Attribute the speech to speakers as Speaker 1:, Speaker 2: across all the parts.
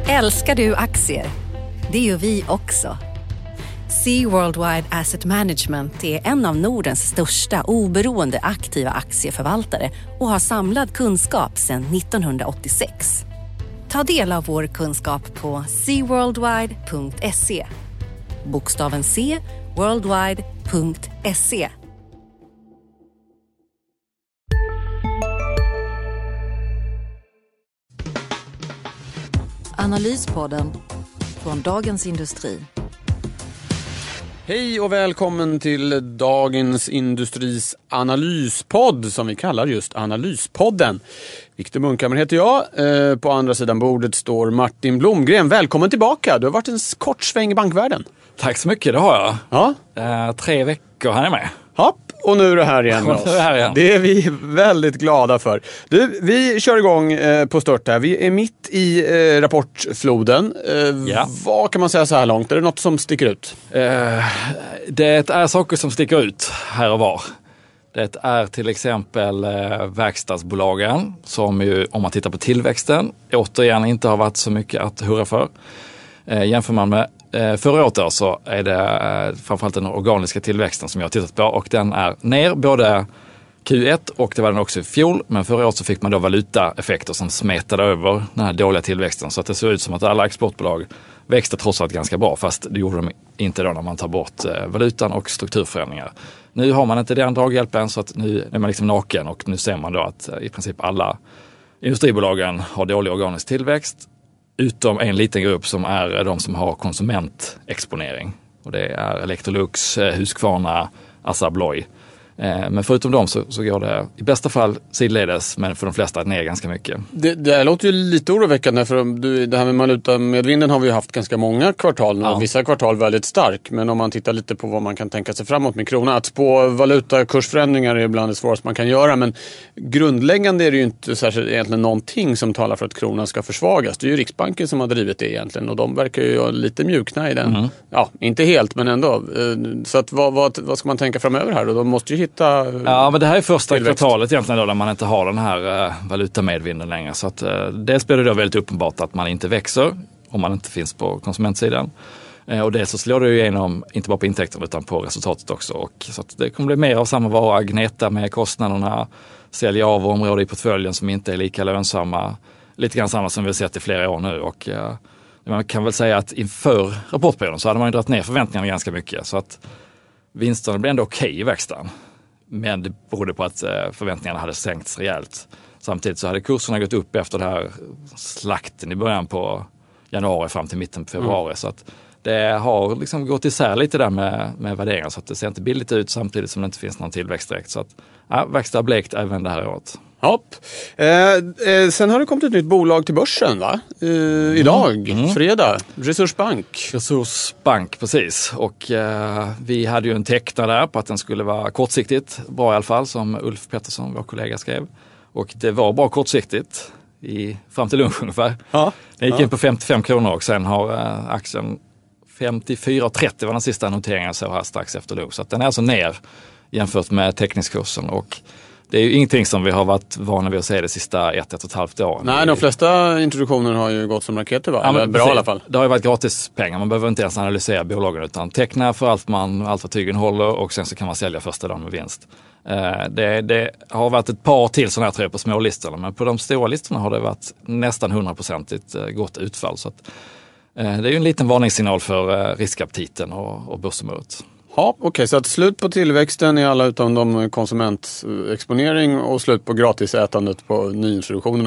Speaker 1: Älskar du aktier? Det gör vi också. Sea Worldwide Asset Management är en av Nordens största oberoende aktiva aktieförvaltare och har samlad kunskap sedan 1986. Ta del av vår kunskap på seaworldwide.se. Bokstaven C, worldwide.se.
Speaker 2: Analyspodden från Dagens Industri.
Speaker 3: Hej och välkommen till Dagens Industris analyspodd som vi kallar just Analyspodden. Viktor Munkhammar heter jag. På andra sidan bordet står Martin Blomgren. Välkommen tillbaka. Du har varit en kort sväng i bankvärlden.
Speaker 4: Tack så mycket, det har jag.
Speaker 3: Ja.
Speaker 4: 3 veckor här är med.
Speaker 3: Hopp, och nu är det här igen med oss. Det är vi väldigt glada för. Du, vi kör igång på stört här. Vi är mitt i rapportfloden. Vad kan man säga så här långt? Är det något som sticker ut?
Speaker 4: Det är saker som sticker ut här och var. Det är till exempel verkstadsbolagen som ju, om man tittar på tillväxten, återigen inte har varit så mycket att hurra för. Jämför man med förra året så är det framförallt den organiska tillväxten som jag har tittat på, och den är ner både Q1 och det var den också i fjol, men förra året så fick man då valutaeffekter som smetade över den här dåliga tillväxten, så att det ser ut som att alla exportbolag växte trots allt ganska bra, fast det gjorde de inte då när man tar bort valutan och strukturförändringar. Nu har man inte den draghjälpen, så att nu är man liksom naken, och nu ser man då att i princip alla industribolagen har dålig organisk tillväxt. Utom en liten grupp som är de som har konsumentexponering. Och det är Electrolux, Husqvarna, Assa Abloy. Men förutom dem så går det i bästa fall sidledes, men för de flesta ner ganska mycket.
Speaker 3: Det låter ju lite oroväckande, för det här med valutamedvinden har vi haft ganska många kvartal och vissa kvartal väldigt stark. Men om man tittar lite på vad man kan tänka sig framåt med krona, att på valutakursförändringar är ibland det svåraste man kan göra, men grundläggande är det ju inte särskilt egentligen någonting som talar för att kronan ska försvagas. Det är ju Riksbanken som har drivit det egentligen, och de verkar ju lite mjukna i den. Ja, inte helt, men ändå. Så att vad ska man tänka framöver här då? De måste ju hitta...
Speaker 4: Ja, men det här är första kvartalet egentligen då, där man inte har den här valutamedvinden längre. Så att dels blir det då väldigt uppenbart att man inte växer om man inte finns på konsumentsidan. Och det så slår det ju igenom inte bara på intäkterna utan på resultatet också. Och så att det kommer bli mer av samma vara, gneta med kostnaderna, sälja av områden i portföljen som inte är lika lönsamma. Lite grann samma som vi har sett i flera år nu. Och man kan väl säga att inför rapportperioden så hade man ju dragit ner förväntningarna ganska mycket. Så att vinsterna blev ändå okej i verkstaden. Men det berodde på att förväntningarna hade sänkts rejält. Samtidigt så hade kurserna gått upp efter det här slakten i början på januari fram till mitten på februari. Så att det har liksom gått isär lite där med värderingar, så att det ser inte billigt ut samtidigt som det inte finns någon tillväxt direkt. Så att verkstad blekt även det här året.
Speaker 3: Hopp. Sen har det kommit ett nytt bolag till börsen, va? Idag, fredag.
Speaker 4: Resursbank, precis. Och vi hade ju en tecknare där på att den skulle vara kortsiktigt bra i alla fall, som Ulf Pettersson, vår kollega, skrev. Och det var bara kortsiktigt fram till lunch ungefär. Ja. Den gick in på 55 kronor och sen har aktien 54,30 var den sista noteringen så här strax efter lunch. Så att den är alltså ner jämfört med teckningskursen, och det är ju ingenting som vi har varit vana vid att se det sista 1,5 år.
Speaker 3: Nej, de flesta introduktioner har ju gått som raketer, va? Eller bra i alla fall.
Speaker 4: Det har ju varit gratis pengar. Man behöver inte ens analysera bolagen utan teckna för allt vad tygen håller, och sen så kan man sälja första dagen med vinst. Det har varit ett par till sådana här tror jag på små listorna, men på de stora listorna har det varit nästan 100% gott utfall. Så att, det är ju en liten varningssignal för riskaptiten och börsområdet.
Speaker 3: Ja, okej, så att slut på tillväxten i alla utom de konsumentexponering och slut på gratisätandet på nyintroduktionerna.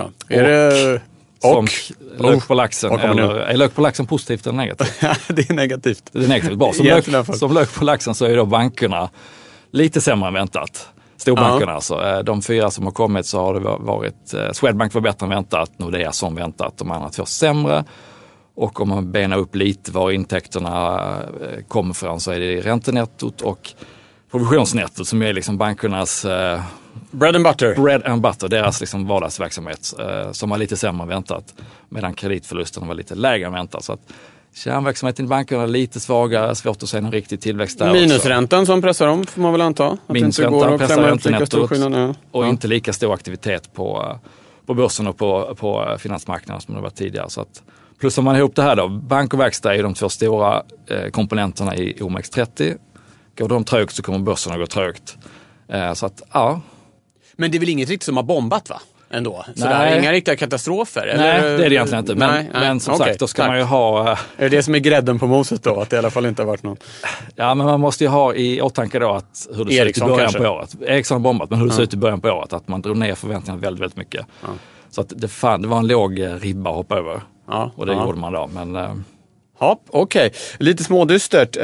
Speaker 4: Lök på laxen, är lök på laxen positivt eller negativt?
Speaker 3: Det är negativt.
Speaker 4: Det är negativt, bra. Som lök på laxen så är då bankerna lite sämre än väntat. Storbankerna alltså. De 4 som har kommit så har det varit Swedbank var bättre än väntat, Nordea som väntat, de andra 2 sämre. Och om man benar upp lite var intäkterna kommer från, så är det räntenettot och provisionsnettot som är liksom bankernas
Speaker 3: bread and butter,
Speaker 4: deras liksom vardagsverksamhet som var lite sämre än väntat, medan kreditförlusterna var lite lägre än väntat. Så att kärnverksamheten i bankerna är lite svagare, svårt att se någon riktig tillväxt där.
Speaker 3: Minusräntan som pressar dem får man väl anta?
Speaker 4: Minusräntan pressar räntenettot och inte lika stor aktivitet på börsen och på finansmarknaden som det var tidigare. Så att Plus om man ihop det här då, bank och verkstad är de 2 stora komponenterna i OMX30. Går de trögt så kommer börsen att gå trögt. Så att, ja. Men
Speaker 3: det är väl inget riktigt som har bombat, va? Ändå. Så det är inga riktiga katastrofer?
Speaker 4: Nej,
Speaker 3: eller?
Speaker 4: Det är det egentligen inte. Men som sagt, då ska man ju ha...
Speaker 3: Är det som är grädden på moset då? Att det i alla fall inte har varit någon...
Speaker 4: Ja, men man måste ju ha i åtanke då att hur det ser ut i början på året. Ericsson har bombat, men hur det ser ut i början på året. Att man drog ner förväntningarna väldigt, väldigt mycket. Ja. Så att det var en låg ribba att hoppa över. Ja. Och det gjorde man då. Men...
Speaker 3: Ja, okej. Lite smådystert.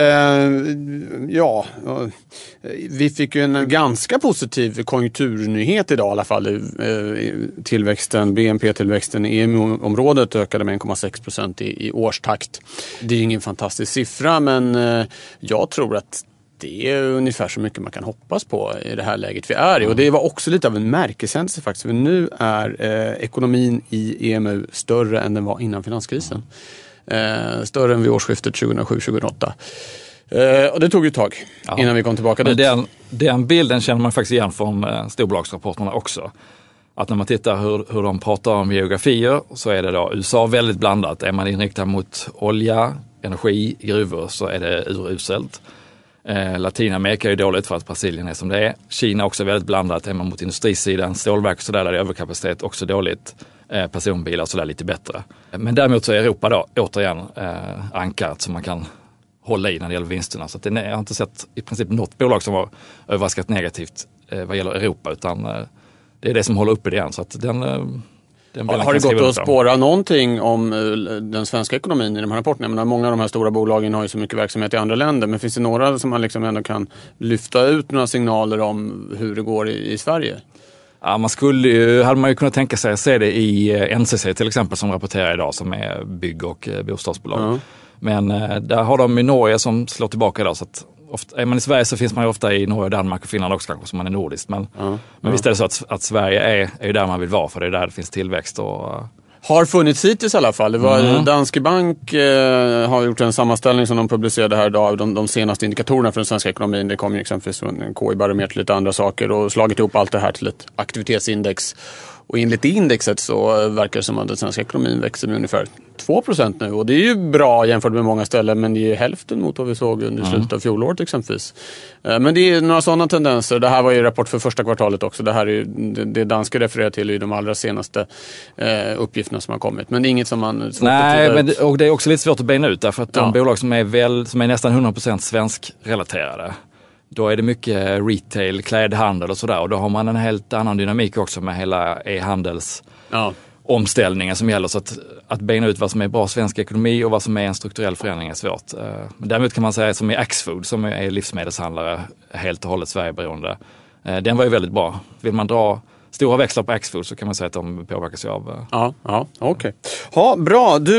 Speaker 3: Vi fick ju en ganska positiv konjunkturnyhet idag i alla fall. Tillväxten, BNP-tillväxten i EMU-området ökade med 1,6% i årstakt. Det är ju ingen fantastisk siffra, men jag tror att det är ungefär så mycket man kan hoppas på i det här läget vi är i. Och det var också lite av en märkeshändelse faktiskt. För nu är ekonomin i EMU större än den var innan finanskrisen. Större än vid årsskiftet 2007-2008. Och det tog ju ett tag innan vi kom tillbaka dit.
Speaker 4: Den bilden känner man faktiskt igen från storbolagsrapporterna också. Att när man tittar hur de pratar om geografier så är det då USA väldigt blandat. Är man inriktad mot olja, energi, gruvor så är det uruselt. Latinamerika är ju dåligt för att Brasilien är som det är. Kina också väldigt blandat. Är man mot industrisidan, stålverk och sådär där det är överkapacitet också dåligt. Personbilar och sådär lite bättre. Men däremot så är Europa då återigen ankaret som man kan hålla i när det gäller vinsterna. Så att jag har inte sett i princip något bolag som var överraskat negativt vad gäller Europa, utan det är det som håller uppe det igen. Så att
Speaker 3: har det gått att spåra någonting om den svenska ekonomin i de här rapporterna? Jag menar, många av de här stora bolagen har ju så mycket verksamhet i andra länder, men finns det några som man liksom ändå kan lyfta ut några signaler om hur det går i Sverige?
Speaker 4: Ja, hade man ju kunnat tänka sig att se det i NCC till exempel som rapporterar idag, som är bygg- och bostadsbolag. Men där har de i Norge som slår tillbaka idag, så att ofta, är man i Sverige så finns man ju ofta i Norge, Danmark och Finland också kanske, som man är nordiskt. Men visst är det så att Sverige är där man vill vara, för det är där det finns tillväxt och...
Speaker 3: Har funnits hittills i alla fall. Det var Danske Bank har gjort en sammanställning som de publicerade här idag av de senaste indikatorerna för den svenska ekonomin. Det kom ju exempelvis från en KI-barometer, lite andra saker, och slagit ihop allt det här till ett aktivitetsindex. Och enligt det indexet så verkar det som att den svenska ekonomin växer med ungefär 2% nu. Och det är ju bra jämfört med många ställen, men det är ju hälften mot vad vi såg under slutet av fjolåret exempelvis. Men det är några sådana tendenser. Det här var ju rapport för första kvartalet också. Det här är ju, det danska refererar till i de allra senaste uppgifterna som har kommit. Men det är inget som man...
Speaker 4: och det är också lite svårt att bena ut, därför att de bolag som är nästan 100% svenskrelaterade, då är det mycket retail, klädhandel och sådär. Och då har man en helt annan dynamik också med hela e-handels omställningen som gäller. Så att bena ut vad som är bra svensk ekonomi och vad som är en strukturell förändring är svårt. Men däremot kan man säga som i Axfood, som är livsmedelshandlare helt och hållet Sverigeberoende. Den var ju väldigt bra. Vill man dra stora växlar på Axfood så kan man säga att de påverkas av...
Speaker 3: Ja, okej. Ja, bra. Du,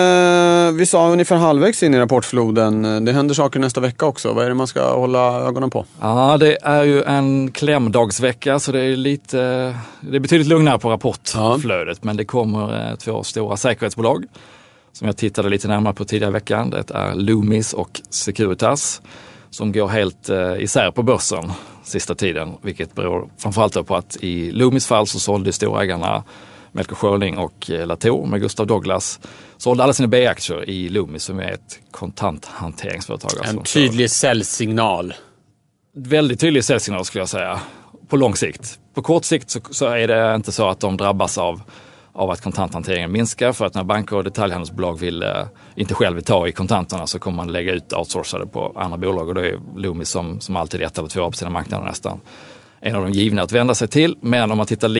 Speaker 3: vi sa ungefär halvvägs in i rapportfloden. Det händer saker nästa vecka också. Vad är det man ska hålla ögonen på?
Speaker 4: Ja, det är ju en klämdagsvecka, så det är betydligt lugnare på rapportflödet. Men det kommer 2 stora säkerhetsbolag som jag tittade lite närmare på tidigare veckan. Det är Loomis och Securitas, som går helt isär på börsen sista tiden, vilket beror framförallt på att i Loomis fall så sålde storägarna Melker Schörling och Latour med Gustav Douglas sålde alla sina B-aktier i Loomis, som är ett kontanthanteringsföretag.
Speaker 3: En tydlig säljsignal.
Speaker 4: Väldigt tydlig säljsignal skulle jag säga, på lång sikt. På kort sikt så är det inte så att de drabbas av att kontanthanteringen minskar, för att när banker och detaljhandelsbolag inte själv vill ta i kontanterna så kommer man lägga ut outsourcade på andra bolag, och det är Loomis som alltid 1 eller 2 på sina marknader nästan. En av de givna att vända sig till, men om man tittar...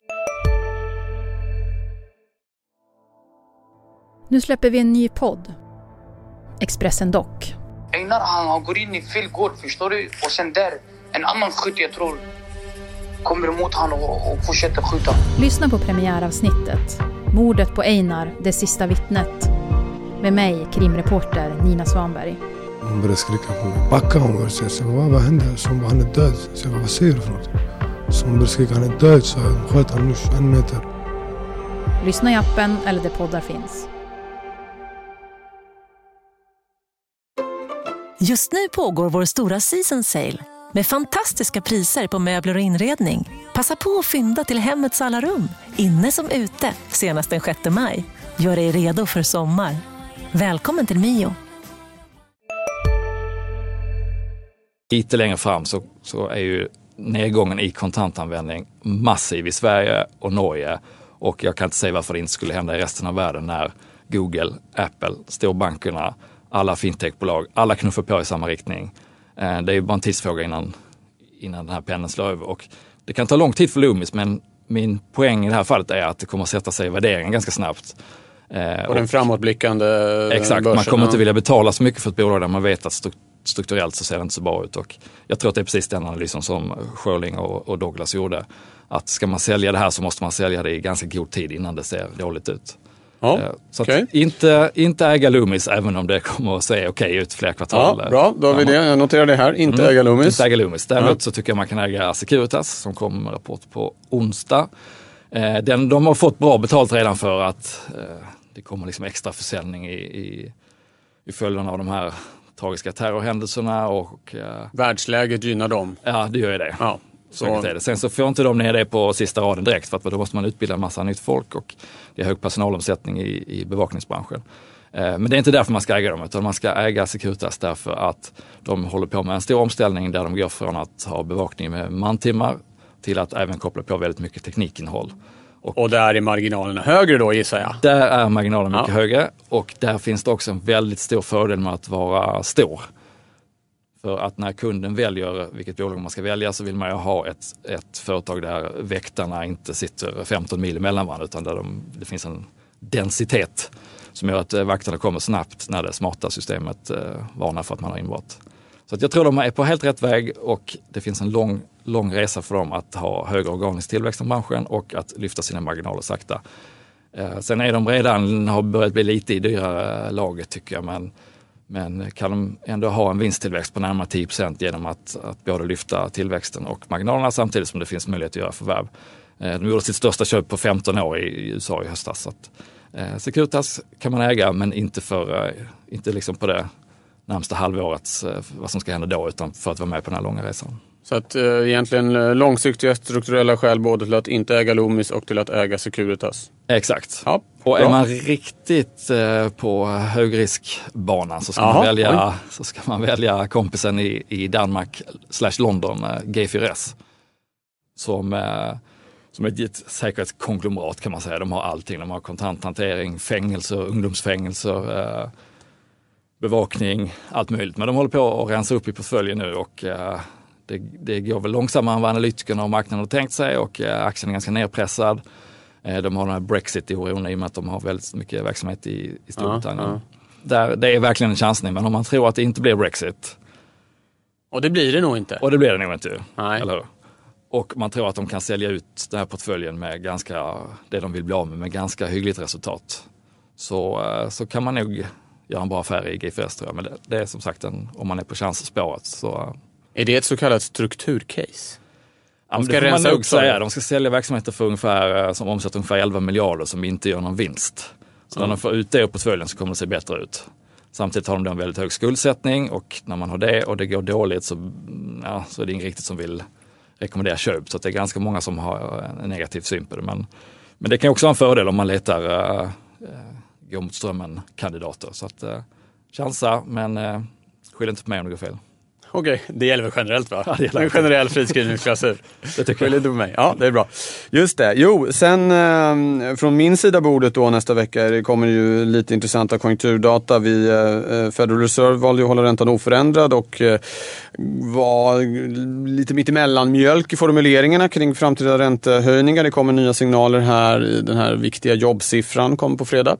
Speaker 5: Nu släpper vi en ny podd. Expressen Dock.
Speaker 6: Einar, han går in i fel gård, förstår du? Och sen där, en annan skytt jag tror kommer emot han och fortsätter skjuta.
Speaker 5: Lyssna på premiäravsnittet. Mordet på Einar, det sista vittnet. Med mig, krimreporter Nina Svanberg.
Speaker 7: Hon började skrika på mig. Backa, hon började säga. Så vad hände? Så hon bara, han är död. Så jag bara, vad säger du för något? Så hon började skrika, han är död. Så jag sköt han nu 21 meter.
Speaker 5: Lyssna i appen eller där poddar finns.
Speaker 8: Just nu pågår vår stora season sale. Med fantastiska priser på möbler och inredning. Passa på att fynda till hemmets alla rum, inne som ute, senast den 6 maj. Gör dig redo för sommar. Välkommen till Mio.
Speaker 4: Lite längre fram så är ju nedgången i kontantanvändning massiv i Sverige och Norge. Och jag kan inte säga varför det inte skulle hända i resten av världen när Google, Apple, storbankerna, alla fintechbolag, alla knuffar på i samma riktning. Det är ju bara en tidsfråga innan den här pennan slår över. Och det kan ta lång tid för Loomis, men min poäng i det här fallet är att det kommer att sätta sig i värderingen ganska snabbt.
Speaker 3: Och den framåtblickande
Speaker 4: exakt, börsen, man kommer inte vilja betala så mycket för ett bolag där man vet att strukturellt så ser det inte så bra ut. Och jag tror att det är precis den analysen som Schörling och Douglas gjorde. Att ska man sälja det här så måste man sälja det i ganska god tid innan det ser dåligt ut.
Speaker 3: Ja,
Speaker 4: så att inte äga Loomis, även om det kommer att se okej ut fler kvartal.
Speaker 3: Ja, bra, då har vi det. Jag noterar det här. Inte äga Loomis.
Speaker 4: Inte äga Loomis. Däremot så tycker jag man kan äga Securitas som kom med rapport på onsdag. De har fått bra betalt redan för att det kommer liksom extra försäljning i följden av de här tragiska terrorhändelserna. Och
Speaker 3: världsläget gynnar dem.
Speaker 4: Ja, det gör ju det.
Speaker 3: Ja.
Speaker 4: Sen så får inte de ner det på sista raden direkt, för att då måste man utbilda en massa nytt folk och det är hög personalomsättning i bevakningsbranschen. Men det är inte därför man ska äga dem, utan man ska äga Securitas därför att de håller på med en stor omställning där de går från att ha bevakning med mantimmar till att även koppla på väldigt mycket teknikinnehåll.
Speaker 3: Och där är marginalerna högre då, gissar jag?
Speaker 4: Där är marginalerna mycket högre, och där finns det också en väldigt stor fördel med att vara stor. För att när kunden väljer vilket bolag man ska välja så vill man ju ha ett företag där väktarna inte sitter 15 mil mellan varandra, utan där det finns en densitet som gör att vakterna kommer snabbt när det smarta systemet varnar för att man har inbrott. Så att jag tror de är på helt rätt väg, och det finns en lång resa för dem att ha högre organisk tillväxt i branschen och att lyfta sina marginaler sakta. Sen är de redan, har börjat bli lite i dyrare laget tycker jag, men kan de ändå ha en vinsttillväxt på närmare 10% genom att både lyfta tillväxten och marginalerna samtidigt som det finns möjlighet att göra förvärv. De gjorde sitt största köp på 15 år i USA i höstas. Så att, Securitas kan man äga, men inte liksom på det närmsta halvårets vad som ska hända då, utan för att vara med på den här långa resan.
Speaker 3: Så att egentligen långsiktiga strukturella skäl både till att inte äga Loomis och till att äga Securitas.
Speaker 4: Exakt.
Speaker 3: Ja,
Speaker 4: och är man riktigt på högriskbanan så ska man välja kompisen i Danmark /London, G4S, som är ett säkerhetskonglomerat kan man säga. De har allting. De har kontanthantering, fängelser, ungdomsfängelser, bevakning, allt möjligt. Men de håller på att rensa upp i portföljen nu, och det går väl långsammare än vad analytikerna och marknaden har tänkt sig, och aktien är ganska nedpressad. De har den här Brexit i oron i och med att de har väldigt mycket verksamhet i Storbritannien. Där det är verkligen en chansning, men om man tror att det inte blir Brexit.
Speaker 3: Och det blir det nog inte.
Speaker 4: Och det blir det nog inte.
Speaker 3: Nej.
Speaker 4: Eller hur? Och man tror att de kan sälja ut den här portföljen med det de vill bli av med ganska hyggligt resultat. Så kan man nog göra en bra affär i G4S tror jag. Men det är som sagt om man är på chansspåret så...
Speaker 3: Är det ett så kallat strukturcase?
Speaker 4: De ska rensa upp säga. De ska sälja verksamheter för som omsätter ungefär 11 miljarder som inte gör någon vinst. Så när de får ut det ur portföljen så kommer det se bättre ut. Samtidigt har de en väldigt hög skuldsättning, och när man har det och det går dåligt så är det ingen riktigt som vill rekommendera köp. Så att det är ganska många som har en negativ syn på det. Men det kan också vara en fördel om man letar gå mot strömmen kandidater. Så att chansa, men skyll inte på mig om det går fel.
Speaker 3: Okej, det gäller väl generellt va?
Speaker 4: Ja, det gäller
Speaker 3: en generell friskrivningsklausul.
Speaker 4: Det tycker jag.
Speaker 3: Skyll inte på mig. Ja, det är bra. Just det. Jo, sen från min sida bordet då nästa vecka kommer det ju lite intressanta konjunkturdata. Federal Reserve valde ju att hålla räntan oförändrad och var lite mittemellan mjölk i formuleringarna kring framtida räntehöjningar. Det kommer nya signaler här i den här viktiga jobbsiffran kommer på fredag.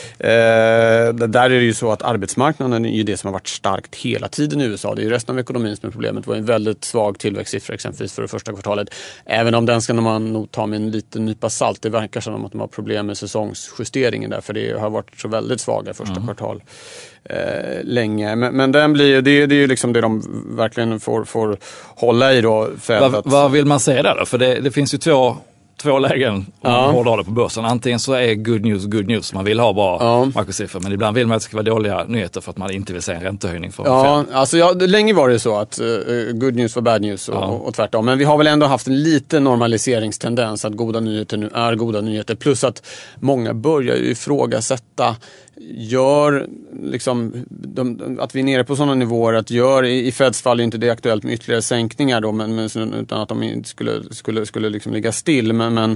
Speaker 3: Där är det ju så att arbetsmarknaden är ju det som har varit starkt hela tiden i USA. Det är ju resten av ekonomin som är problemet. Det var en väldigt svag tillväxtsiffra exempelvis för det första kvartalet. Även om den ska man nog ta med en liten nypa salt. Det verkar som att de har problem med säsongsjusteringen där, för det har varit så väldigt svaga första kvartal länge. Men den blir det är ju liksom det de verkligen får hålla i då.
Speaker 4: Vad vill man säga där då? För det finns ju två lägen om man hårdrar det på börsen. Antingen så är good news. Man vill ha bra makrosiffror, men ibland vill man att det ska vara dåliga nyheter för att man inte vill se en räntehöjning.
Speaker 3: Länge var det så att good news var bad news och tvärtom. Men vi har väl ändå haft en liten normaliseringstendens att goda nyheter nu är goda nyheter. Plus att många börjar ju ifrågasätta att vi är nere på sådana nivåer att i Feds fall är inte det aktuellt med ytterligare sänkningar då, utan att de inte skulle liksom ligga still. Men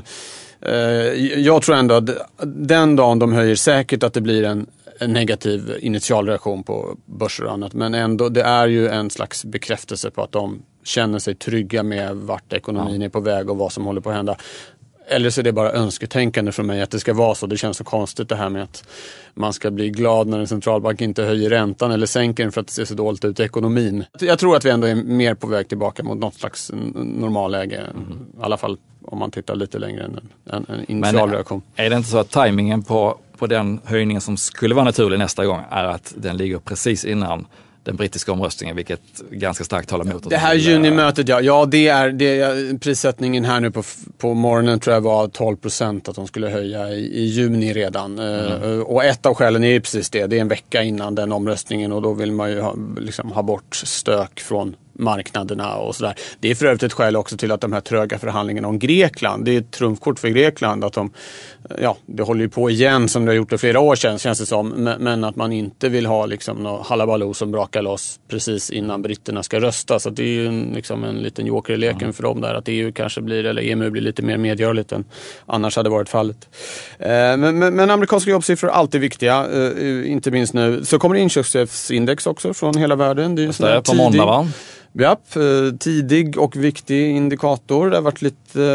Speaker 3: jag tror ändå att den dagen de höjer säkert att det blir en negativ initialreaktion på börser och annat. Men ändå, det är ju en slags bekräftelse på att de känner sig trygga med vart ekonomin är på väg och vad som håller på att hända. Eller så är det bara önsketänkande från mig att det ska vara så. Det känns så konstigt det här med att man ska bli glad när en centralbank inte höjer räntan eller sänker den för att det ser så dåligt ut i ekonomin. Jag tror att vi ändå är mer på väg tillbaka mot något slags normalläge. I alla fall om man tittar lite längre än en initial reaktion.
Speaker 4: Är det inte så att tajmingen på den höjningen som skulle vara naturlig nästa gång är att den ligger precis innan den brittiska omröstningen, vilket ganska starkt talar mot.
Speaker 3: Det här junimötet, det är prissättningen här nu på morgonen tror jag var 12% att de skulle höja i juni redan. Och ett av skälen är precis det är en vecka innan den omröstningen och då vill man ju ha bort stök från marknaderna och sådär. Det är för övrigt ett skäl också till att de här tröga förhandlingarna om Grekland, det är ett trumfkort för Grekland att det håller ju på igen som det har gjort det flera år sedan känns det som, men att man inte vill ha något halabaloo som brakar loss precis innan britterna ska rösta, så det är ju en liten joker i leken för dem där, att EU kanske EMU blir lite mer medgörligt än annars hade varit fallet. Men amerikanska jobbsiffror är alltid viktiga, inte minst nu. Så kommer inköpschefsindex också från hela världen. Det är
Speaker 4: på måndag, va?
Speaker 3: Japp, tidig och viktig indikator. Det har varit lite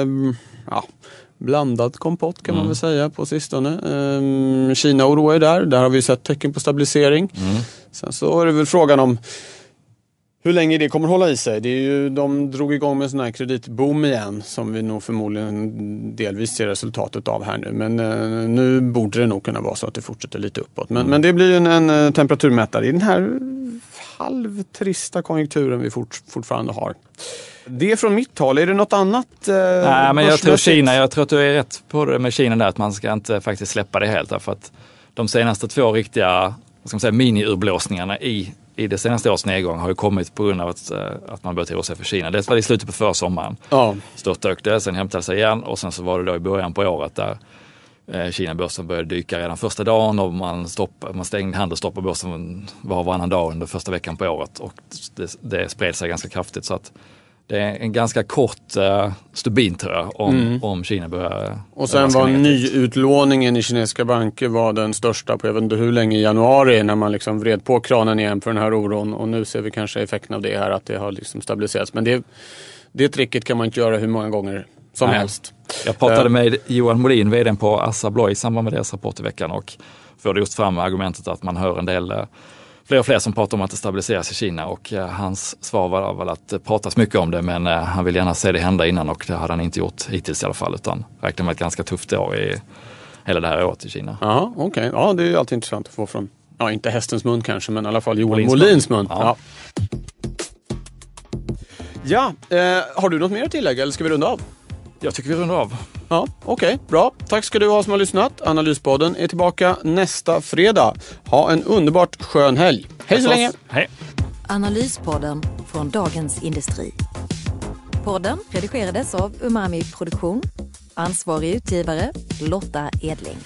Speaker 3: blandad kompott kan man väl säga på sistone. Kina oroar ju där har vi sett tecken på stabilisering. Sen så är det väl frågan om hur länge det kommer hålla i sig. Det är ju, de drog igång med en sån här kreditboom igen som vi nog förmodligen delvis ser resultatet av här nu. Men nu borde det nog kunna vara så att det fortsätter lite uppåt. Men det blir ju en temperaturmätare i den här halvtrista konjunkturen vi fortfarande har. Det är från mitt håll. Är det något annat?
Speaker 4: Nej, men jag tror att du är rätt på det med Kina där, att man ska inte faktiskt släppa det helt. För att de senaste två riktiga mini-urblåsningarna i det senaste års nedgång har ju kommit på grund av att man började oroa sig för Kina. Det var i slutet på förra sommaren. Störtökte, sen hämtade sig igen och sen så var det då i början på året där Kina-börsen började dyka redan första dagen och man stängde handelsstopp på börsen var varannan dag under första veckan på året och det spred sig ganska kraftigt, så att det är en ganska kort stubin tror jag om Kina börjar. Och
Speaker 3: sen var nyutlåningen i kinesiska banker var den största på jag vet inte hur länge i januari när man vred på kranen igen för den här oron, och nu ser vi kanske effekten av det här att det har stabiliserats, men det tricket kan man inte göra hur många gånger som helst.
Speaker 4: Jag pratade med Johan Molin, vdn på Assa Abloy, i samband med deras rapport i veckan och förde just fram argumentet att man hör en del fler och fler som pratar om att det stabiliseras i Kina, och hans svar var väl att det pratas mycket om det, men han vill gärna se det hända innan, och det hade han inte gjort hittills i alla fall, utan räknar med ett ganska tufft år i hela det här året i Kina.
Speaker 3: Ja, okej. Ja, det är ju alltid intressant att få från, inte hästens mun kanske, men i alla fall Johan Molins mun. Ja, har du något mer att tillägga eller ska vi runda av?
Speaker 4: Jag tycker vi rundar av.
Speaker 3: Ja, okej, bra. Tack ska du ha som har lyssnat. Analyspodden är tillbaka nästa fredag. Ha en underbart skön helg. Hej så länge.
Speaker 4: Hej.
Speaker 2: Analyspodden från Dagens Industri. Podden redigerades av Umami Produktion. Ansvarig utgivare Lotta Edling.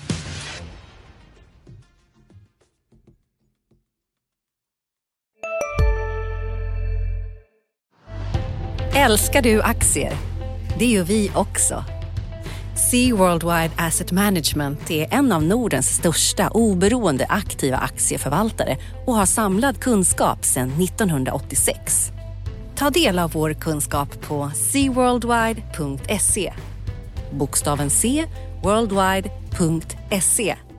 Speaker 1: Älskar du aktier? Det gör vi också. Sea Worldwide Asset Management är en av Nordens största oberoende aktiva aktieförvaltare och har samlad kunskap sedan 1986. Ta del av vår kunskap på seaworldwide.se. Bokstaven C, worldwide.se.